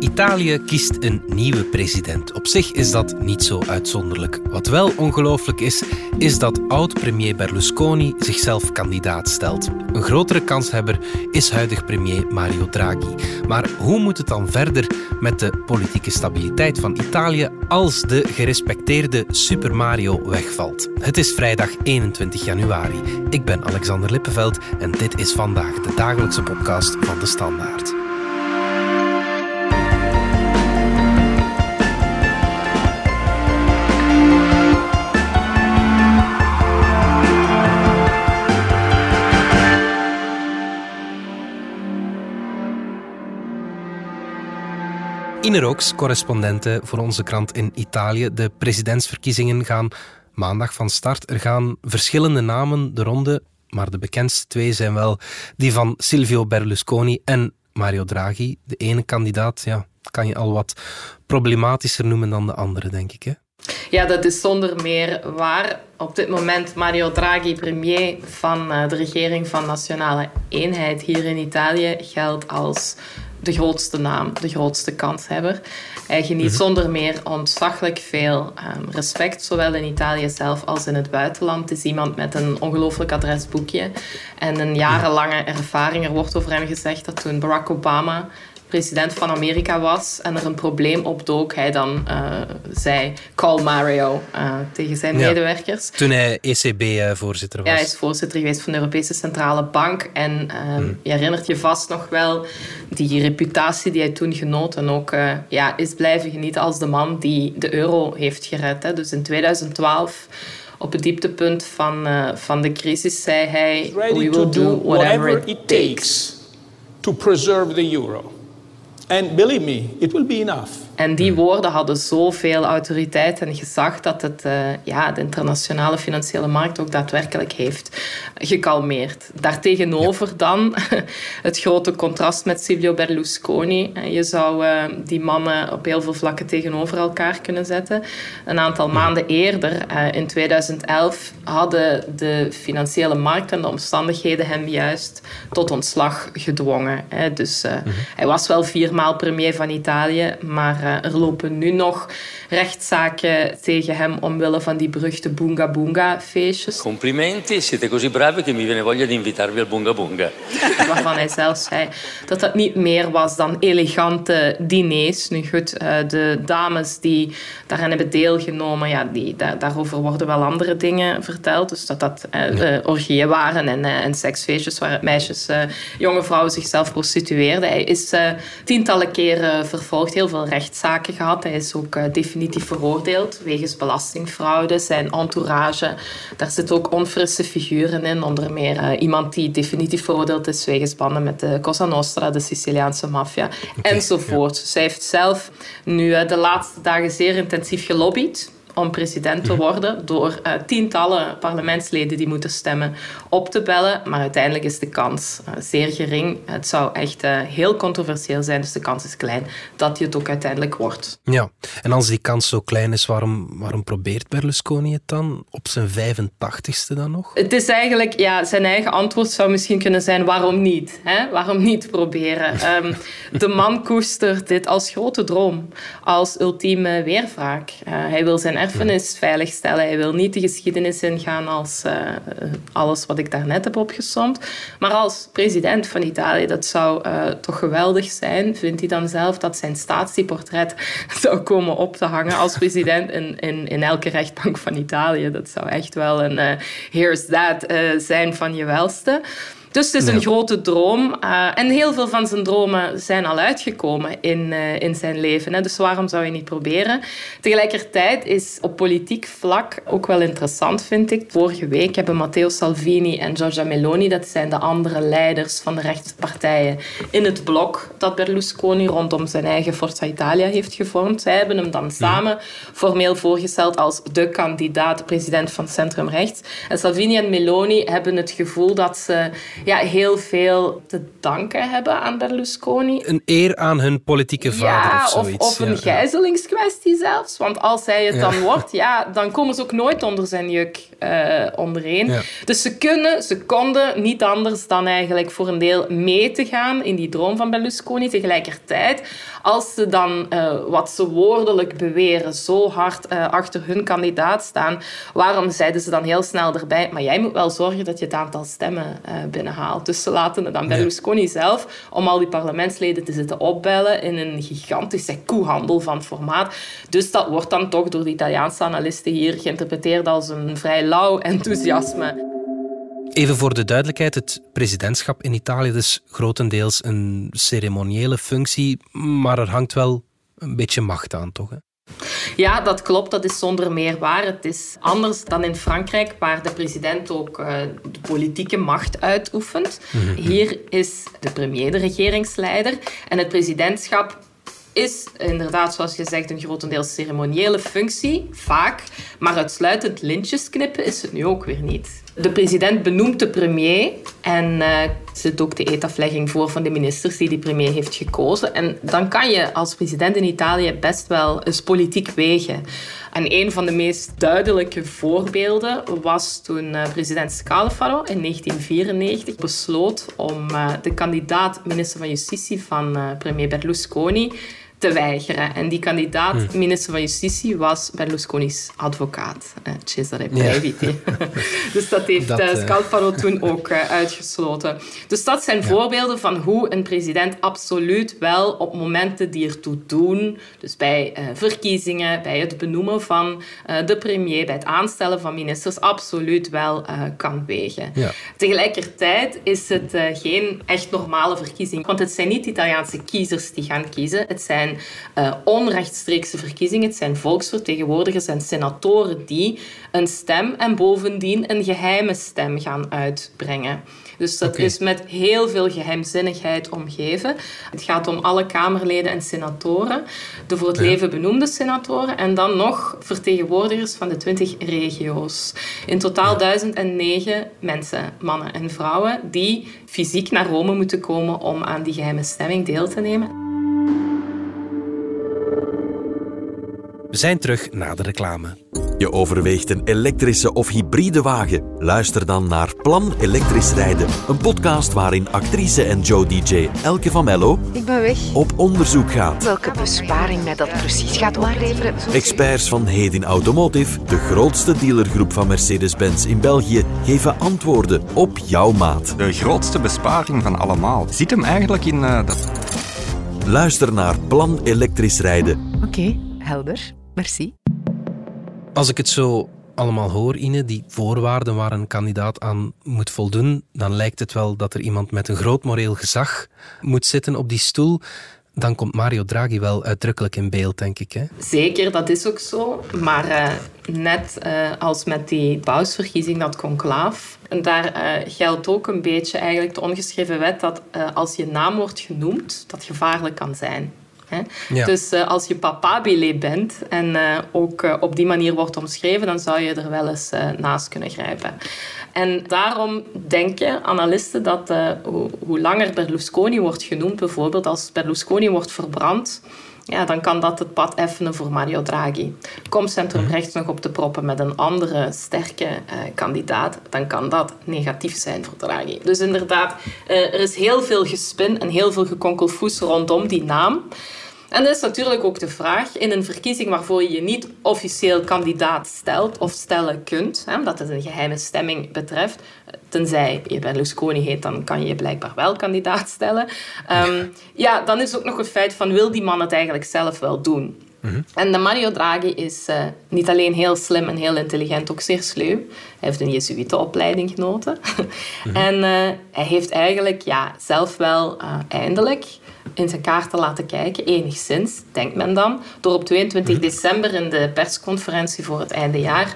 Italië kiest een nieuwe president. Op zich is dat niet zo uitzonderlijk. Wat wel ongelooflijk is dat oud-premier Berlusconi zichzelf kandidaat stelt. Een grotere kanshebber is huidig premier Mario Draghi. Maar hoe moet het dan verder met de politieke stabiliteit van Italië als de gerespecteerde Super Mario wegvalt? Het is vrijdag 21 januari. Ik ben Alexander Lippenveld en dit is vandaag de dagelijkse podcast van De Standaard. Ine Rooks, correspondente voor onze krant in Italië. De presidentsverkiezingen gaan maandag van start. Er gaan verschillende namen de ronde, maar de bekendste twee zijn wel die van Silvio Berlusconi en Mario Draghi. De ene kandidaat kan je al wat problematischer noemen dan de andere, denk ik, hè? Ja, dat is zonder meer waar. Op dit moment Mario Draghi, premier van de regering van Nationale Eenheid hier in Italië, geldt als de grootste naam, de grootste kanshebber. Hij geniet zonder meer ontzaglijk veel respect, zowel in Italië zelf als in het buitenland. Het is iemand met een ongelooflijk adresboekje en een jarenlange ervaring. Er wordt over hem gezegd dat toen Barack Obama president van Amerika was en er een probleem opdook, hij dan zei, call Mario tegen zijn medewerkers. Toen hij ECB-voorzitter was. Ja, hij is voorzitter geweest van de Europese Centrale Bank. En je herinnert je vast nog wel die reputatie die hij toen genoot en ook is blijven genieten als de man die de euro heeft gered. Hè. Dus in 2012, op het dieptepunt van de crisis, zei hij, we will do whatever it takes to preserve the euro. And believe me, it will be enough. En die woorden hadden zoveel autoriteit en gezag dat het de internationale financiële markt ook daadwerkelijk heeft gekalmeerd. Daartegenover dan het grote contrast met Silvio Berlusconi. Je zou die mannen op heel veel vlakken tegenover elkaar kunnen zetten. Een aantal maanden eerder, in 2011, hadden de financiële markt en de omstandigheden hem juist tot ontslag gedwongen. Dus hij was wel 4 maal premier van Italië, maar er lopen nu nog rechtszaken tegen hem omwille van die beruchte Bunga Bunga feestjes. Complimenti, siete così bravi che mi viene voglia di invitarvi al Bunga Bunga. Waarvan hij zelf zei dat dat niet meer was dan elegante diners. Nu goed, de dames die daaraan hebben deelgenomen, daarover worden wel andere dingen verteld. Dus dat orgieën waren en seksfeestjes waar meisjes, jonge vrouwen zichzelf prostitueerden. Hij is tientallen keren vervolgd, heel veel rechtszaken gehad. Hij is ook definitief veroordeeld wegens belastingfraude. Zijn entourage, daar zitten ook onfrisse figuren in. Onder meer iemand die definitief veroordeeld is wegens banden met de Cosa Nostra, de Siciliaanse maffia, enzovoort. Zij heeft zelf nu de laatste dagen zeer intensief gelobbyd om president te worden door tientallen parlementsleden die moeten stemmen op te bellen. Maar uiteindelijk is de kans zeer gering. Het zou echt heel controversieel zijn, dus de kans is klein dat hij het ook uiteindelijk wordt. Ja, en als die kans zo klein is, waarom probeert Berlusconi het dan? Op zijn 85ste dan nog? Het is eigenlijk, zijn eigen antwoord zou misschien kunnen zijn, waarom niet? Hè? Waarom niet proberen? De man koestert dit als grote droom, als ultieme weerwraak. Hij wil zijn erfenis veiligstellen. Hij wil niet de geschiedenis ingaan als alles wat ik daarnet heb opgesomd. Maar als president van Italië, dat zou toch geweldig zijn, vindt hij dan zelf, dat zijn staatsieportret zou komen op te hangen als president in elke rechtbank van Italië. Dat zou echt wel een here's that zijn van je welste. Dus het is een grote droom. En heel veel van zijn dromen zijn al uitgekomen in zijn leven. Hè. Dus waarom zou je niet proberen? Tegelijkertijd is op politiek vlak ook wel interessant, vind ik. Vorige week hebben Matteo Salvini en Giorgia Meloni, dat zijn de andere leiders van de rechtspartijen in het blok dat Berlusconi rondom zijn eigen Forza Italia heeft gevormd. Zij hebben hem dan samen formeel voorgesteld als de kandidaat president van centrumrechts. En Salvini en Meloni hebben het gevoel dat ze heel veel te danken hebben aan Berlusconi. Een eer aan hun politieke vader of zoiets. Of een gijzelingskwestie zelfs. Want als hij het dan wordt, dan komen ze ook nooit onder zijn juk ondereen. Ja. Dus ze konden niet anders dan eigenlijk voor een deel mee te gaan in die droom van Berlusconi. Tegelijkertijd, als ze dan, wat ze woordelijk beweren, zo hard achter hun kandidaat staan, waarom zeiden ze dan heel snel erbij, maar jij moet wel zorgen dat je het aantal stemmen binnenhaalt. Dus ze laten het dan Berlusconi zelf om al die parlementsleden te zitten opbellen in een gigantische koehandel van formaat. Dus dat wordt dan toch door de Italiaanse analisten hier geïnterpreteerd als een vrij lauw enthousiasme. Even voor de duidelijkheid, het presidentschap in Italië is grotendeels een ceremoniële functie, maar er hangt wel een beetje macht aan, toch? Hè? Ja, dat klopt. Dat is zonder meer waar. Het is anders dan in Frankrijk, waar de president ook de politieke macht uitoefent. Hier is de premier de regeringsleider en het presidentschap is inderdaad, zoals je zegt, een grotendeels ceremoniële functie, vaak. Maar uitsluitend lintjes knippen is het nu ook weer niet. De president benoemt de premier en zet ook de eetaflegging voor van de ministers die premier heeft gekozen. En dan kan je als president in Italië best wel eens politiek wegen. En een van de meest duidelijke voorbeelden was toen president Scalfaro in 1994 besloot om de kandidaat minister van Justitie van premier Berlusconi te weigeren. En die kandidaat, minister van Justitie, was Berlusconi's advocaat, Cesare Previti. Ja. Dus dat heeft Scalfaro toen ook uitgesloten. Dus dat zijn voorbeelden van hoe een president absoluut wel op momenten die ertoe doen, dus bij verkiezingen, bij het benoemen van de premier, bij het aanstellen van ministers, absoluut wel kan wegen. Ja. Tegelijkertijd is het geen echt normale verkiezing, want het zijn niet Italiaanse kiezers die gaan kiezen. Het zijn onrechtstreekse verkiezingen. Het zijn volksvertegenwoordigers en senatoren die een stem en bovendien een geheime stem gaan uitbrengen. Dus dat is met heel veel geheimzinnigheid omgeven. Het gaat om alle Kamerleden en senatoren, de voor het leven benoemde senatoren en dan nog vertegenwoordigers van de 20 regio's. In totaal 1009 mensen, mannen en vrouwen, die fysiek naar Rome moeten komen om aan die geheime stemming deel te nemen. We zijn terug na de reclame. Je overweegt een elektrische of hybride wagen? Luister dan naar Plan Elektrisch Rijden. Een podcast waarin actrice en Joe-dj Elke van Mello ik ben weg. Op onderzoek gaat. Welke besparing mij dat precies gaat opleveren. Experts van Hedin Automotive, de grootste dealergroep van Mercedes-Benz in België, geven antwoorden op jouw maat. De grootste besparing van allemaal zit hem eigenlijk in dat... Luister naar Plan Elektrisch Rijden. Oké, helder. Merci. Als ik het zo allemaal hoor, Ine, die voorwaarden waar een kandidaat aan moet voldoen, dan lijkt het wel dat er iemand met een groot moreel gezag moet zitten op die stoel. Dan komt Mario Draghi wel uitdrukkelijk in beeld, denk ik. Hè? Zeker, dat is ook zo. Maar net als met die pausverkiezing, dat conclaaf, daar geldt ook een beetje eigenlijk de ongeschreven wet dat als je naam wordt genoemd, dat gevaarlijk kan zijn. Ja. Dus als je papabile bent en ook op die manier wordt omschreven, dan zou je er wel eens naast kunnen grijpen. En daarom denken analisten dat hoe langer Berlusconi wordt genoemd, bijvoorbeeld als Berlusconi wordt verbrand, ja, dan kan dat het pad effenen voor Mario Draghi. Komt centrumrechts nog op te proppen met een andere sterke kandidaat, dan kan dat negatief zijn voor Draghi. Dus inderdaad, er is heel veel gespin en heel veel gekonkelfoes rondom die naam. En dat is natuurlijk ook de vraag, in een verkiezing waarvoor je je niet officieel kandidaat stelt of stellen kunt, omdat het een geheime stemming betreft, tenzij je Berlusconi heet, dan kan je je blijkbaar wel kandidaat stellen. Dan is ook nog het feit van, wil die man het eigenlijk zelf wel doen? Mm-hmm. En de Mario Draghi is niet alleen heel slim en heel intelligent, ook zeer sluw. Hij heeft een Jezuïetenopleiding genoten. Mm-hmm. En hij heeft eigenlijk zelf wel eindelijk in zijn kaarten laten kijken, enigszins, denkt men dan, door op 22 december in de persconferentie voor het eindejaar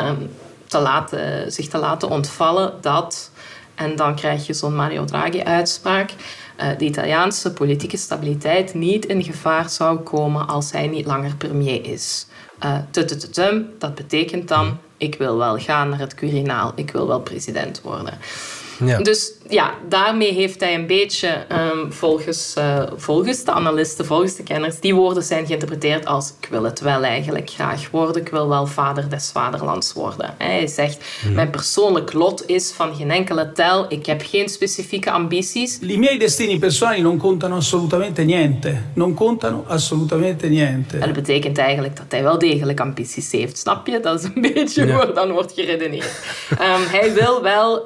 zich te laten ontvallen dat, en dan krijg je zo'n Mario Draghi-uitspraak, de Italiaanse politieke stabiliteit niet in gevaar zou komen als hij niet langer premier is. Dat betekent dan, ik wil wel gaan naar het Quirinaal, ik wil wel president worden. Ja. Dus ja, daarmee heeft hij een beetje, volgens de analisten, volgens de kenners, die woorden zijn geïnterpreteerd als ik wil het wel eigenlijk graag worden, ik wil wel vader des vaderlands worden. Hij zegt, mijn persoonlijk lot is van geen enkele tel, ik heb geen specifieke ambities. I miei destini personali non contano assolutamente niente. Non contano assolutamente niente. En dat betekent eigenlijk dat hij wel degelijk ambities heeft, snap je? Dat is een beetje hoe er dan wordt geredeneerd. Hij wil wel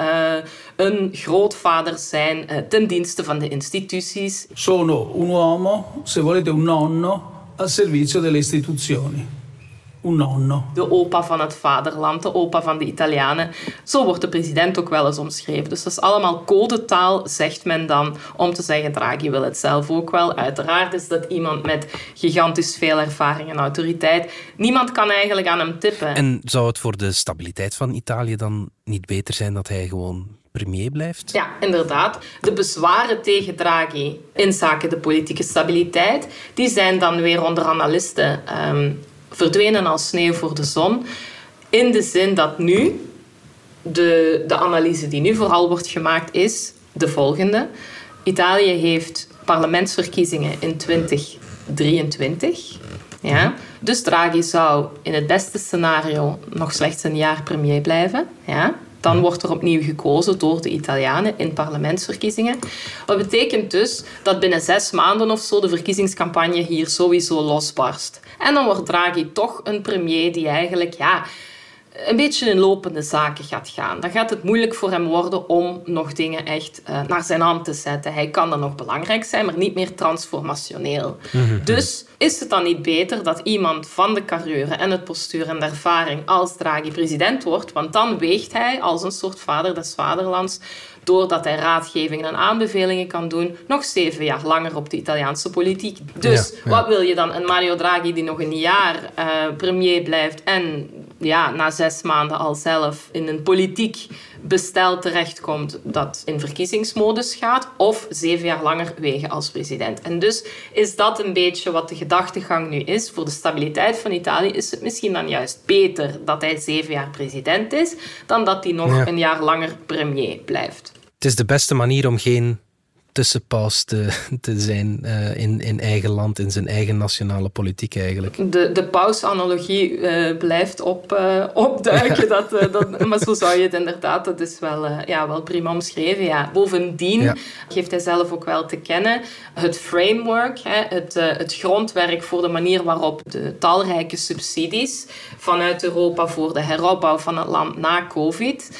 een grootvader zijn ten dienste van de instituties. Sono un uomo, se volete un nonno, al servizio delle istituzioni. Un nonno. De opa van het vaderland, de opa van de Italianen. Zo wordt de president ook wel eens omschreven. Dus dat is allemaal codetaal, zegt men dan, om te zeggen, Draghi wil het zelf ook wel. Uiteraard is dat iemand met gigantisch veel ervaring en autoriteit. Niemand kan eigenlijk aan hem tippen. En zou het voor de stabiliteit van Italië dan niet beter zijn dat hij gewoon premier blijft? Ja, inderdaad. De bezwaren tegen Draghi in zaken de politieke stabiliteit, die zijn dan weer onder analisten verdwenen als sneeuw voor de zon. In de zin dat nu, de analyse die nu vooral wordt gemaakt, is de volgende. Italië heeft parlementsverkiezingen in 2023. Ja? Dus Draghi zou in het beste scenario nog slechts een jaar premier blijven. Ja? Dan wordt er opnieuw gekozen door de Italianen in parlementsverkiezingen. Dat betekent dus dat binnen 6 maanden of zo de verkiezingscampagne hier sowieso losbarst. En dan wordt Draghi toch een premier die eigenlijk een beetje in lopende zaken gaat gaan. Dan gaat het moeilijk voor hem worden om nog dingen echt naar zijn hand te zetten. Hij kan dan nog belangrijk zijn, maar niet meer transformationeel. Dus is het dan niet beter dat iemand van de carrière en het postuur en de ervaring als Draghi president wordt? Want dan weegt hij als een soort vader des vaderlands, doordat hij raadgevingen en aanbevelingen kan doen, nog 7 jaar langer op de Italiaanse politiek. Dus wat wil je dan? Een Mario Draghi die nog een jaar premier blijft en na 6 maanden al zelf in een politiek bestel terechtkomt dat in verkiezingsmodus gaat, of 7 jaar langer wegen als president. En dus is dat een beetje wat de gedachtegang nu is. Voor de stabiliteit van Italië is het misschien dan juist beter dat hij 7 jaar president is, dan dat hij nog een jaar langer premier blijft. Het is de beste manier om geen tussenpaus te zijn in eigen land, in zijn eigen nationale politiek eigenlijk. De pausanalogie blijft opduiken. Maar zo zou je het inderdaad, dat is wel prima omschreven. Ja. Bovendien geeft hij zelf ook wel te kennen het framework, het grondwerk voor de manier waarop de talrijke subsidies vanuit Europa voor de heropbouw van het land na COVID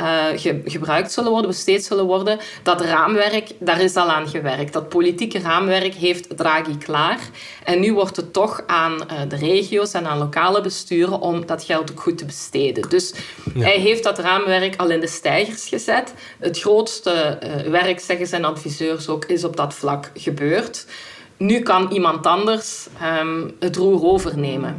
gebruikt zullen worden, besteed zullen worden. Dat raamwerk, daar is al aan gewerkt. Dat politieke raamwerk heeft Draghi klaar. En nu wordt het toch aan de regio's en aan lokale besturen om dat geld ook goed te besteden. Dus hij heeft dat raamwerk al in de steigers gezet. Het grootste werk, zeggen zijn adviseurs ook, is op dat vlak gebeurd. Nu kan iemand anders het roer overnemen.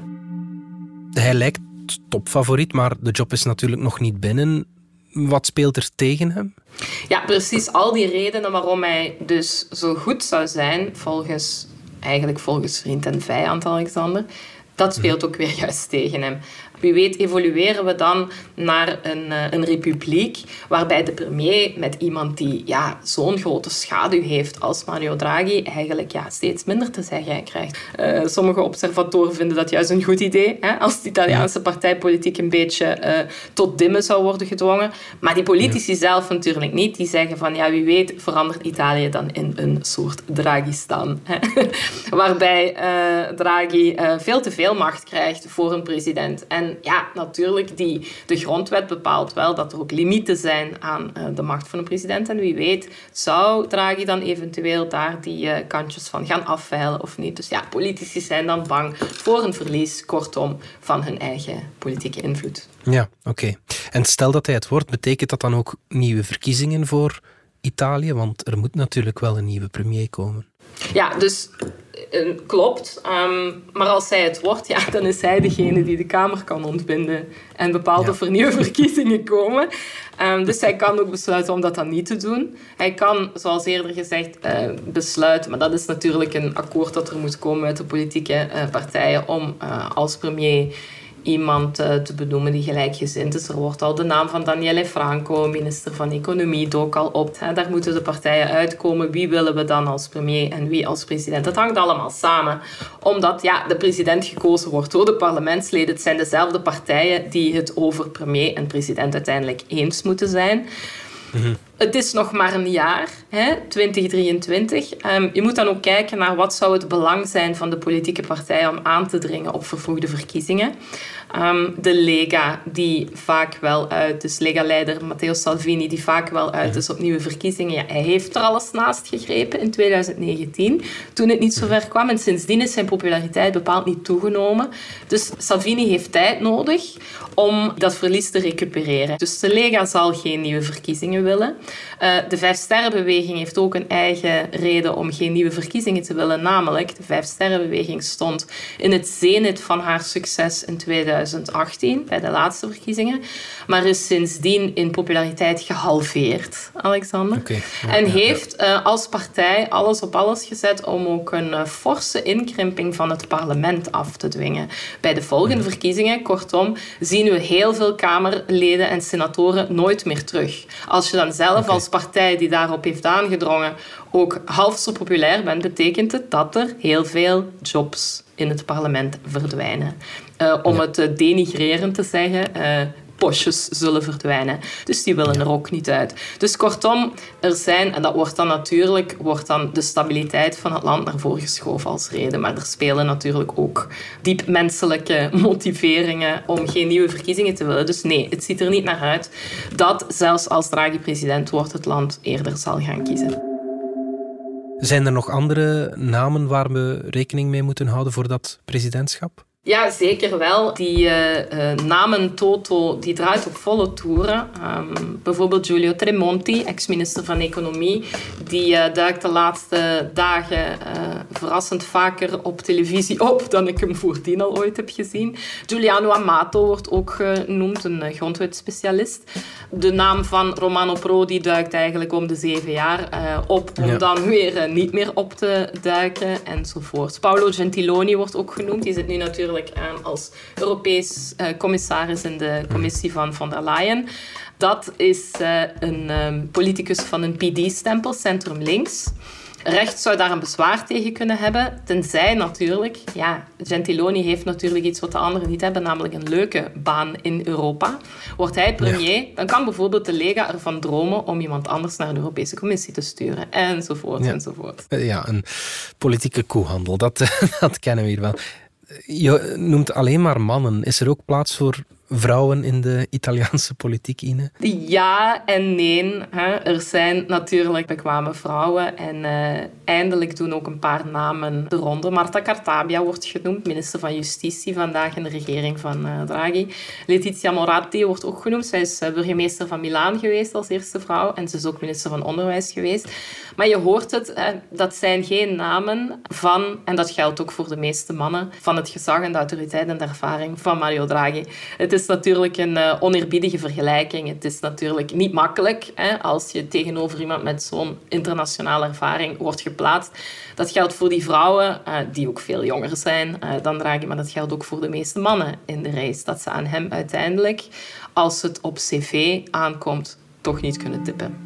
Hij lijkt topfavoriet, maar de job is natuurlijk nog niet binnen. Wat speelt er tegen hem? Ja, precies al die redenen waarom hij dus zo goed zou zijn, volgens vriend en vijand Alexander, dat speelt ook weer juist tegen hem. Wie weet evolueren we dan naar een republiek waarbij de premier met iemand die zo'n grote schaduw heeft als Mario Draghi eigenlijk steeds minder te zeggen krijgt. Sommige observatoren vinden dat juist een goed idee, als de Italiaanse partijpolitiek een beetje tot dimmen zou worden gedwongen. Maar die politici zelf natuurlijk niet. Die zeggen van wie weet verandert Italië dan in een soort Draghistan. Waarbij Draghi veel te veel macht krijgt voor een president. En natuurlijk, de grondwet bepaalt wel dat er ook limieten zijn aan de macht van een president. En wie weet zou Draghi dan eventueel daar die kantjes van gaan afveilen of niet. Dus politici zijn dan bang voor een verlies, kortom, van hun eigen politieke invloed. Ja, oké. En stel dat hij het wordt, betekent dat dan ook nieuwe verkiezingen voor Italië? Want er moet natuurlijk wel een nieuwe premier komen. Ja, dus klopt. Maar als hij het wordt, dan is hij degene die de Kamer kan ontbinden en bepaalt of er nieuwe verkiezingen komen. Dus hij kan ook besluiten om dat dan niet te doen. Hij kan, zoals eerder gezegd, besluiten, maar dat is natuurlijk een akkoord dat er moet komen uit de politieke partijen om als premier iemand te benoemen die gelijkgezind is. Er wordt al de naam van Daniele Franco, minister van Economie, dook al op. Daar moeten de partijen uitkomen. Wie willen we dan als premier en wie als president? Dat hangt allemaal samen. Omdat de president gekozen wordt door de parlementsleden. Het zijn dezelfde partijen die het over premier en president uiteindelijk eens moeten zijn. Het is nog maar een jaar, 2023. Je moet dan ook kijken naar wat zou het belang zijn van de politieke partijen om aan te dringen op vervroegde verkiezingen. De Lega, die vaak wel uit, dus Lega-leider Matteo Salvini, die vaak wel uit is op nieuwe verkiezingen. Hij heeft er alles naast gegrepen in 2019, toen het niet zo ver kwam. En sindsdien is zijn populariteit bepaald niet toegenomen. Dus Salvini heeft tijd nodig om dat verlies te recupereren. Dus de Lega zal geen nieuwe verkiezingen willen. De Vijfsterrenbeweging heeft ook een eigen reden om geen nieuwe verkiezingen te willen. Namelijk, de Vijfsterrenbeweging stond in het zenit van haar succes in 2018, bij de laatste verkiezingen. Maar is sindsdien in populariteit gehalveerd, Alexander. En heeft als partij alles op alles gezet om ook een forse inkrimping van het parlement af te dwingen. Bij de volgende verkiezingen, kortom, zien we heel veel Kamerleden en senatoren nooit meer terug. Als je dan zelf als partij die daarop heeft aangedrongen ook half zo populair bent, betekent het dat er heel veel jobs in het parlement verdwijnen. Om het denigrerend te zeggen, postjes zullen verdwijnen. Dus die willen er ook niet uit. Dus kortom, er zijn, en dat wordt dan de stabiliteit van het land naar voren geschoven als reden. Maar er spelen natuurlijk ook diep menselijke motiveringen om geen nieuwe verkiezingen te willen. Dus nee, het ziet er niet naar uit dat zelfs als Draghi president wordt, het land eerder zal gaan kiezen. Zijn er nog andere namen waar we rekening mee moeten houden voor dat presidentschap? Ja, zeker wel. Die namen-toto die draait op volle toeren. Bijvoorbeeld Giulio Tremonti, ex-minister van Economie, die duikt de laatste dagen verrassend vaker op televisie op dan ik hem voordien al ooit heb gezien. Giuliano Amato wordt ook genoemd, een grondwetspecialist. De naam van Romano Prodi duikt eigenlijk om de 7 jaar op om dan weer niet meer op te duiken enzovoort. Paolo Gentiloni wordt ook genoemd. Die zit nu natuurlijk aan als Europees commissaris in de commissie van von der Leyen. Dat is een politicus van een PD-stempel, Centrum Links. Rechts zou daar een bezwaar tegen kunnen hebben, tenzij natuurlijk, Gentiloni heeft natuurlijk iets wat de anderen niet hebben, namelijk een leuke baan in Europa. Wordt hij premier, dan kan bijvoorbeeld de Lega ervan dromen om iemand anders naar de Europese Commissie te sturen, enzovoort, enzovoort. Ja, een politieke koehandel, dat kennen we hier wel. Je noemt alleen maar mannen. Is er ook plaats voor vrouwen in de Italiaanse politiek, Ine? Ja en nee. Er zijn natuurlijk bekwame vrouwen en eindelijk doen ook een paar namen de ronde. Marta Cartabia wordt genoemd, minister van Justitie vandaag in de regering van Draghi. Letizia Moratti wordt ook genoemd. Zij is burgemeester van Milaan geweest als eerste vrouw en ze is ook minister van Onderwijs geweest. Maar je hoort het, dat zijn geen namen van, en dat geldt ook voor de meeste mannen, van het gezag en de autoriteit en de ervaring van Mario Draghi. Het is natuurlijk een oneerbiedige vergelijking. Het is natuurlijk niet makkelijk als je tegenover iemand met zo'n internationale ervaring wordt geplaatst. Dat geldt voor die vrouwen, die ook veel jonger zijn dan Draghi, maar dat geldt ook voor de meeste mannen in de race. Dat ze aan hem uiteindelijk, als het op cv aankomt, toch niet kunnen tippen.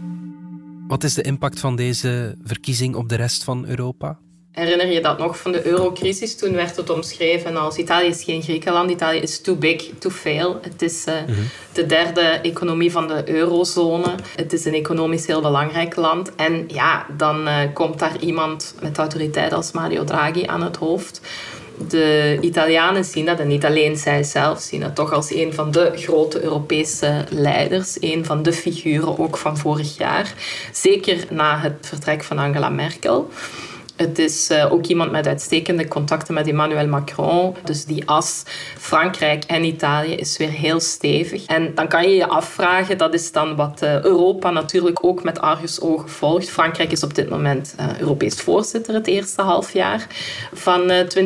Wat is de impact van deze verkiezing op de rest van Europa? Herinner je dat nog van de eurocrisis? Toen werd het omschreven als Italië is geen Griekenland, Italië is too big to fail. Het is de derde economie van de eurozone. Het is een economisch heel belangrijk land. En dan komt daar iemand met autoriteit als Mario Draghi aan het hoofd. De Italianen zien dat, en niet alleen zij zelf, zien dat toch als een van de grote Europese leiders. Een van de figuren ook van vorig jaar. Zeker na het vertrek van Angela Merkel. Het is ook iemand met uitstekende contacten met Emmanuel Macron. Dus die as Frankrijk en Italië is weer heel stevig. En dan kan je je afvragen, dat is dan wat Europa natuurlijk ook met argusogen volgt. Frankrijk is op dit moment Europees voorzitter het eerste halfjaar van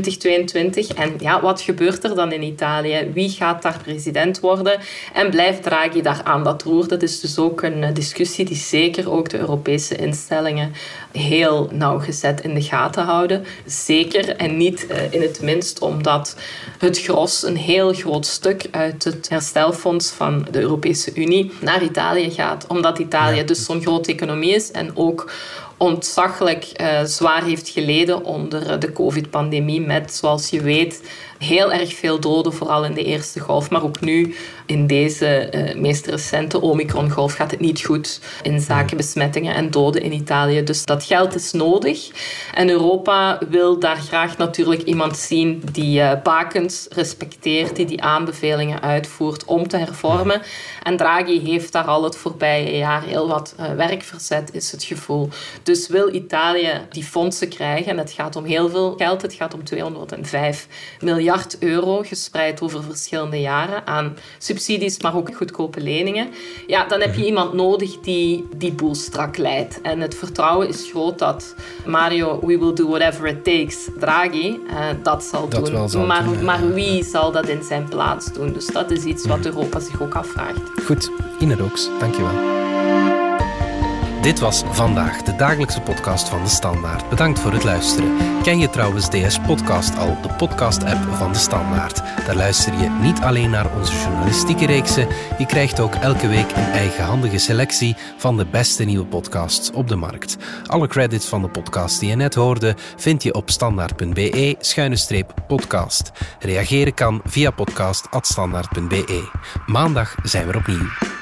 2022. En wat gebeurt er dan in Italië? Wie gaat daar president worden? En blijft Draghi daar aan dat roer? Dat is dus ook een discussie die zeker ook de Europese instellingen heel nauwgezet in de gaten houden. Zeker en niet in het minst omdat het gros, een heel groot stuk uit het herstelfonds van de Europese Unie naar Italië gaat. Omdat Italië dus zo'n grote economie is en ook ontzaglijk zwaar heeft geleden onder de COVID-pandemie met, zoals je weet, heel erg veel doden, vooral in de eerste golf. Maar ook nu, in deze meest recente Omicron-golf, gaat het niet goed in zaken besmettingen en doden in Italië. Dus dat geld is nodig. En Europa wil daar graag natuurlijk iemand zien die bakens respecteert, die aanbevelingen uitvoert om te hervormen. En Draghi heeft daar al het voorbije jaar heel wat werk verzet, is het gevoel. Dus wil Italië die fondsen krijgen, en het gaat om heel veel geld, het gaat om 205 miljard euro, gespreid over verschillende jaren aan subsidies, maar ook goedkope leningen. Ja, dan heb je iemand nodig die die boel strak leidt. En het vertrouwen is groot dat Mario, we will do whatever it takes, Draghi, dat zal doen. Maar wie zal dat in zijn plaats doen? Dus dat is iets wat Europa zich ook afvraagt. Goed, Ine Rooks, dankjewel. Dit was Vandaag, de dagelijkse podcast van De Standaard. Bedankt voor het luisteren. Ken je trouwens DS Podcast al, de podcast-app van De Standaard? Daar luister je niet alleen naar onze journalistieke reeksen, je krijgt ook elke week een eigenhandige selectie van de beste nieuwe podcasts op de markt. Alle credits van de podcast die je net hoorde vind je op standaard.be/podcast. Reageren kan via podcast@standaard.be. Maandag zijn we opnieuw.